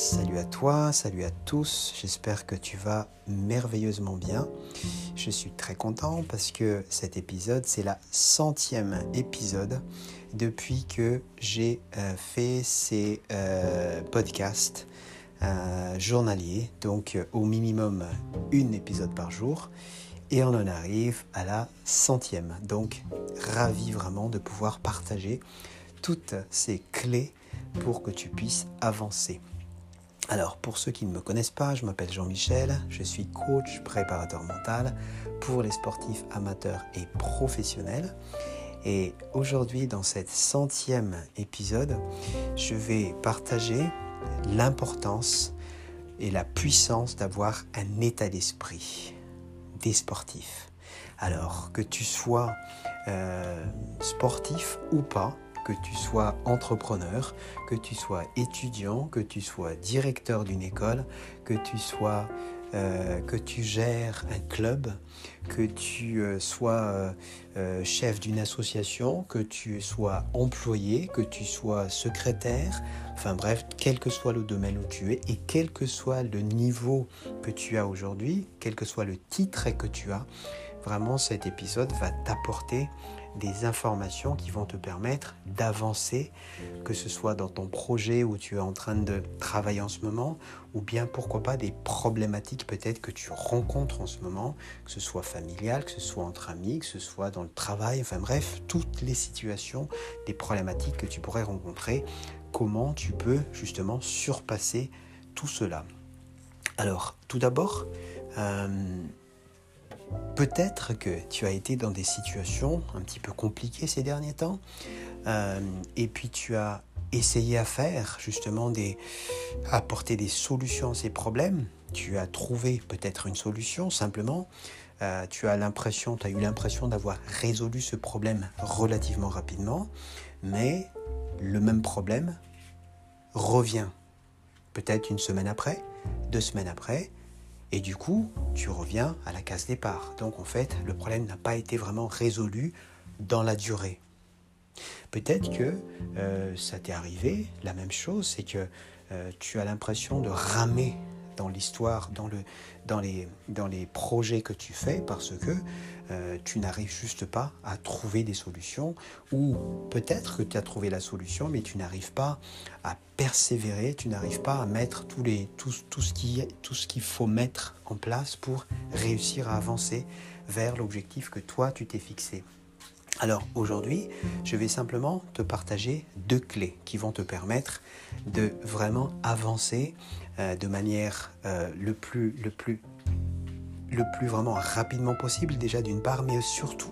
Salut à toi, salut à tous, j'espère que tu vas merveilleusement bien. Je suis très content parce que cet épisode, c'est la 100e épisode depuis que j'ai fait ces podcasts journaliers, donc au minimum un épisode par jour. Et on en arrive à la 100e, donc ravi vraiment de pouvoir partager toutes ces clés pour que tu puisses avancer. Alors, pour ceux qui ne me connaissent pas, je m'appelle Jean-Michel, je suis coach préparateur mental pour les sportifs amateurs et professionnels. Et aujourd'hui, dans cette 100e épisode, je vais partager l'importance et la puissance d'avoir un état d'esprit des sportifs. Alors, que tu sois sportif ou pas, que tu sois entrepreneur, que tu sois étudiant, que tu sois directeur d'une école, que tu gères un club, que tu sois chef d'une association, que tu sois employé, que tu sois secrétaire, enfin bref, quel que soit le domaine où tu es et quel que soit le niveau que tu as aujourd'hui, quel que soit le titre que tu as, vraiment cet épisode va t'apporter des informations qui vont te permettre d'avancer, que ce soit dans ton projet où tu es en train de travailler en ce moment, ou bien pourquoi pas des problématiques peut-être que tu rencontres en ce moment, que ce soit familial, que ce soit entre amis, que ce soit dans le travail, enfin bref, toutes les situations, des problématiques que tu pourrais rencontrer, comment tu peux justement surpasser tout cela. Alors, tout d'abord, peut-être que tu as été dans des situations un petit peu compliquées ces derniers temps et puis tu as essayé à faire justement apporter des solutions à ces problèmes. Tu as trouvé peut-être une solution simplement. Tu as eu l'impression d'avoir résolu ce problème relativement rapidement, mais le même problème revient peut-être une semaine après, 2 semaines après. Et du coup, tu reviens à la case départ. Donc en fait, le problème n'a pas été vraiment résolu dans la durée. Peut-être que ça t'est arrivé, la même chose, c'est que tu as l'impression de ramer dans l'histoire, dans les projets que tu fais parce que tu n'arrives juste pas à trouver des solutions, ou peut-être que tu as trouvé la solution mais tu n'arrives pas à persévérer, tu n'arrives pas à mettre tout ce qu'il faut mettre en place pour réussir à avancer vers l'objectif que toi tu t'es fixé. Alors aujourd'hui, je vais simplement te partager 2 clés qui vont te permettre de vraiment avancer de manière le plus vraiment rapidement possible, déjà d'une part, mais surtout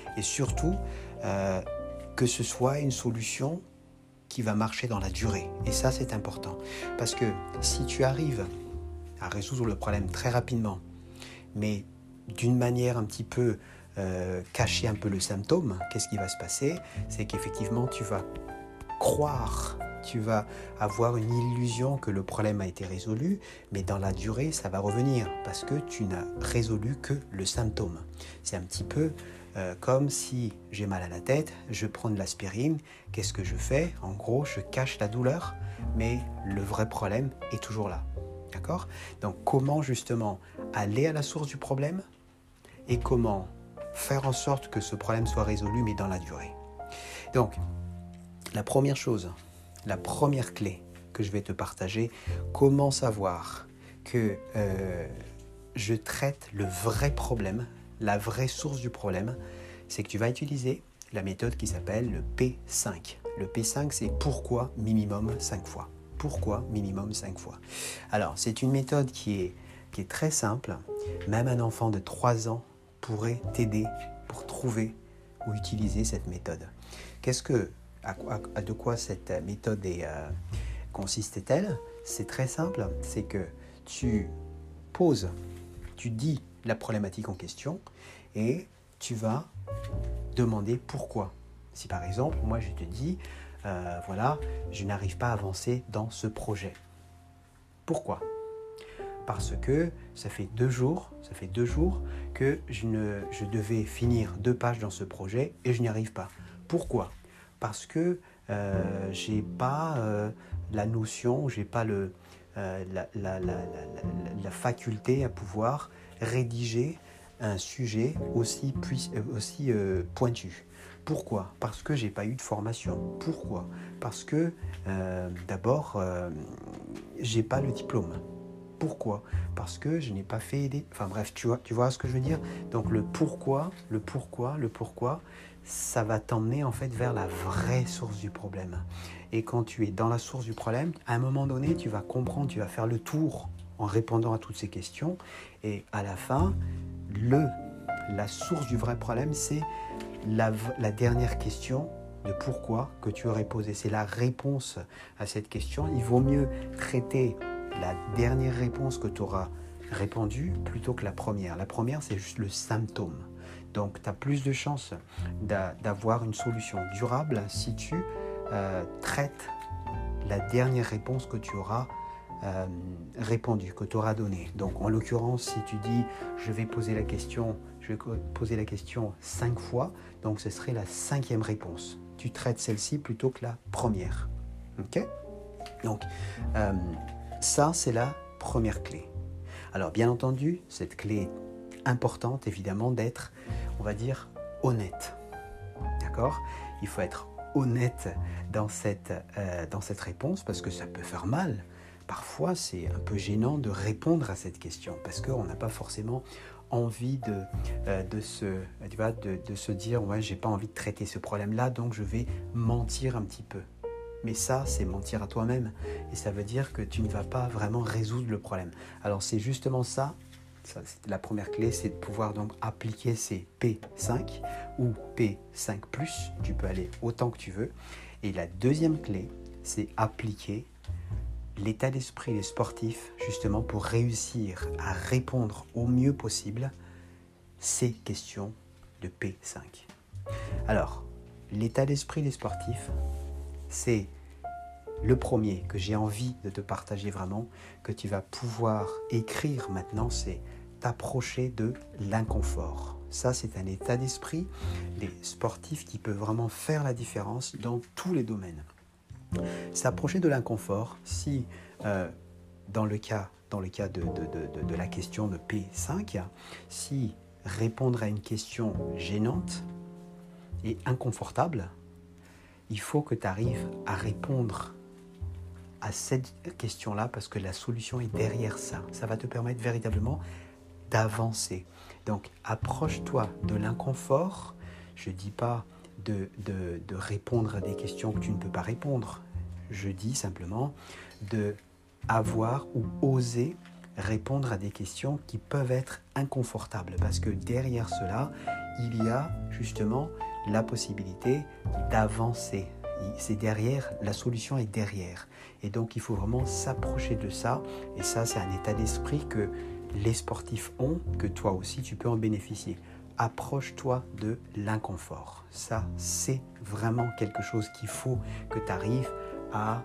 que ce soit une solution qui va marcher dans la durée. Et ça, c'est important. Parce que si tu arrives à résoudre le problème très rapidement, mais d'une manière un petit peu cacher un peu le symptôme, qu'est-ce qui va se passer? C'est qu'effectivement, tu vas croire, tu vas avoir une illusion que le problème a été résolu, mais dans la durée, ça va revenir parce que tu n'as résolu que le symptôme. C'est un petit peu comme si j'ai mal à la tête, je prends de l'aspirine, qu'est-ce que je fais? En gros, je cache la douleur, mais le vrai problème est toujours là. D'accord? Donc, comment justement aller à la source du problème et comment faire en sorte que ce problème soit résolu, mais dans la durée. Donc, la première chose, la première clé que je vais te partager, comment savoir que je traite le vrai problème, la vraie source du problème, c'est que tu vas utiliser la méthode qui s'appelle le P5. Le P5, c'est pourquoi minimum 5 fois. Pourquoi minimum 5 fois. Alors, c'est une méthode qui est très simple. Même un enfant de 3 ans pourrait t'aider pour trouver ou utiliser cette méthode. De quoi cette méthode consiste-t-elle? C'est très simple, c'est que tu dis la problématique en question et tu vas demander pourquoi. Si par exemple, moi je te dis, je n'arrive pas à avancer dans ce projet. Pourquoi? Parce que ça fait 2 jours que je devais finir 2 pages dans ce projet et je n'y arrive pas. Pourquoi? Parce que j'ai pas la notion, j'ai pas la faculté à pouvoir rédiger un sujet aussi pointu. Pourquoi ? Parce que j'ai pas eu de formation. Pourquoi ? Parce que d'abord, j'ai pas le diplôme. Pourquoi ? Parce que je n'ai pas fait des... Enfin bref, tu vois ce que je veux dire ? Donc le pourquoi, ça va t'emmener en fait vers la vraie source du problème. Et quand tu es dans la source du problème, à un moment donné, tu vas comprendre, tu vas faire le tour en répondant à toutes ces questions. Et à la fin, la source du vrai problème, c'est la dernière question de pourquoi que tu aurais posée. C'est la réponse à cette question. Il vaut mieux traiter la dernière réponse que tu auras répondue plutôt que la première. La première, c'est juste le symptôme. Donc, tu as plus de chances d'avoir une solution durable si tu traites la dernière réponse que tu auras répondu, que tu auras donnée. Donc, en l'occurrence, si tu dis « je vais poser la question 5 fois », donc ce serait la 5e réponse. Tu traites celle-ci plutôt que la première. Ok ? Donc, ça, c'est la première clé. Alors, bien entendu, cette clé est importante, évidemment, d'être, on va dire, honnête. D'accord ? Il faut être honnête dans cette réponse parce que ça peut faire mal. Parfois, c'est un peu gênant de répondre à cette question parce qu'on n'a pas forcément envie de se dire « ouais, j'ai pas envie de traiter ce problème-là, donc je vais mentir un petit peu ». Mais ça, c'est mentir à toi-même. Et ça veut dire que tu ne vas pas vraiment résoudre le problème. Alors, c'est justement ça c'est la première clé, c'est de pouvoir donc appliquer ces P5 ou P5+. Tu peux aller autant que tu veux. Et la deuxième clé, c'est appliquer l'état d'esprit des sportifs justement pour réussir à répondre au mieux possible ces questions de P5. Alors, l'état d'esprit des sportifs, c'est le premier que j'ai envie de te partager vraiment, que tu vas pouvoir écrire maintenant, c'est t'approcher de l'inconfort. Ça, c'est un état d'esprit des sportifs qui peut vraiment faire la différence dans tous les domaines. S'approcher de l'inconfort, si dans le cas de la question de P5, si répondre à une question gênante et inconfortable, il faut que tu arrives à répondre à cette question-là parce que la solution est derrière ça. Ça va te permettre véritablement d'avancer. Donc, approche-toi de l'inconfort. Je ne dis pas de répondre à des questions que tu ne peux pas répondre. Je dis simplement de avoir ou oser répondre à des questions qui peuvent être inconfortables parce que derrière cela, il y a justement la possibilité d'avancer. C'est derrière, la solution est derrière. Et donc, il faut vraiment s'approcher de ça. Et ça, c'est un état d'esprit que les sportifs ont, que toi aussi, tu peux en bénéficier. Approche-toi de l'inconfort. Ça, c'est vraiment quelque chose qu'il faut que tu arrives à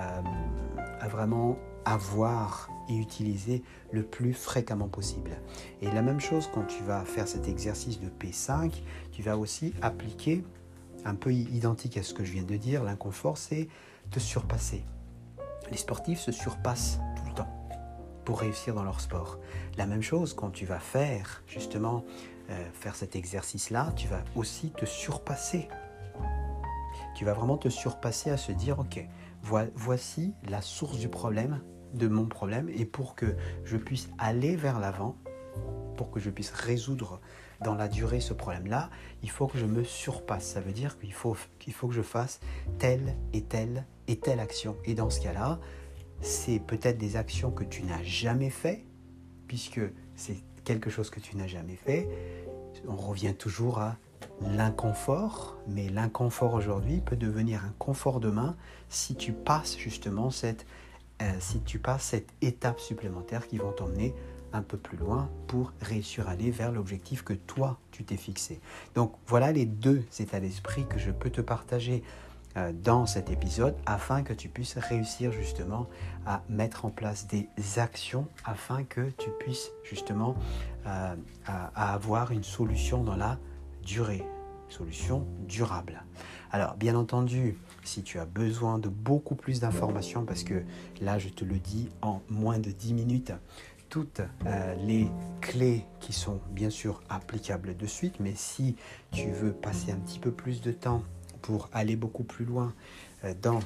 vraiment avoir et utiliser le plus fréquemment possible. Et la même chose, quand tu vas faire cet exercice de P5, tu vas aussi appliquer un peu identique à ce que je viens de dire, l'inconfort, c'est te surpasser. Les sportifs se surpassent tout le temps pour réussir dans leur sport. La même chose, quand tu vas faire justement faire cet exercice-là, tu vas aussi te surpasser. Tu vas vraiment te surpasser à se dire, ok, voici la source du problème, de mon problème, et pour que je puisse aller vers l'avant, pour que je puisse résoudre dans la durée ce problème-là, il faut que je me surpasse. Ça veut dire qu'il faut que je fasse telle et telle et telle action. Et dans ce cas-là, c'est peut-être des actions que tu n'as jamais fait, puisque c'est quelque chose que tu n'as jamais fait. On revient toujours à l'inconfort, mais l'inconfort aujourd'hui peut devenir un confort demain si tu passes justement cette étape supplémentaire qui vont t'emmener un peu plus loin pour réussir à aller vers l'objectif que toi, tu t'es fixé. Donc, voilà les deux états d'esprit que je peux te partager dans cet épisode afin que tu puisses réussir justement à mettre en place des actions afin que tu puisses justement à avoir une solution dans la durée. solution durable. Alors, bien entendu, si tu as besoin de beaucoup plus d'informations, parce que là, je te le dis en moins de 10 minutes, toutes les clés qui sont bien sûr applicables de suite, mais si tu veux passer un petit peu plus de temps pour aller beaucoup plus loin dans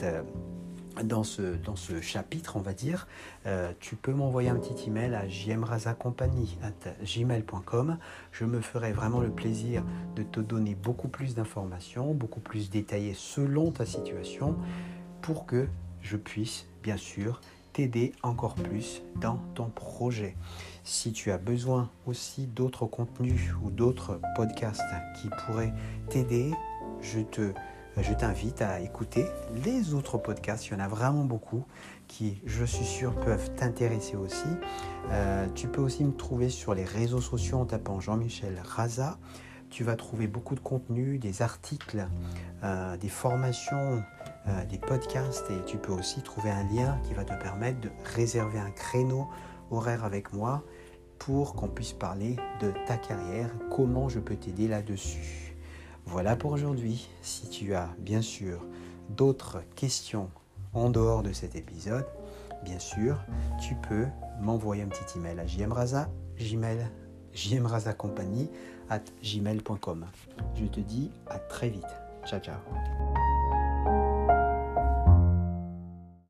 ce chapitre, on va dire, tu peux m'envoyer un petit email à jmrazacompagnie@gmail.com. Je me ferai vraiment le plaisir de te donner beaucoup plus d'informations, beaucoup plus détaillées selon ta situation, pour que je puisse, bien sûr, t'aider encore plus dans ton projet. Si tu as besoin aussi d'autres contenus ou d'autres podcasts qui pourraient t'aider, je t'invite à écouter les autres podcasts. Il y en a vraiment beaucoup qui, je suis sûr, peuvent t'intéresser aussi. Tu peux aussi me trouver sur les réseaux sociaux en tapant Jean-Michel Raza. Tu vas trouver beaucoup de contenu, des articles, des formations, des podcasts, et tu peux aussi trouver un lien qui va te permettre de réserver un créneau horaire avec moi pour qu'on puisse parler de ta carrière, comment je peux t'aider là-dessus. Voilà pour aujourd'hui. Si tu as bien sûr d'autres questions en dehors de cet épisode, bien sûr, tu peux m'envoyer un petit email à jmrazacompagnie@gmail.com. Je te dis à très vite. Ciao, ciao.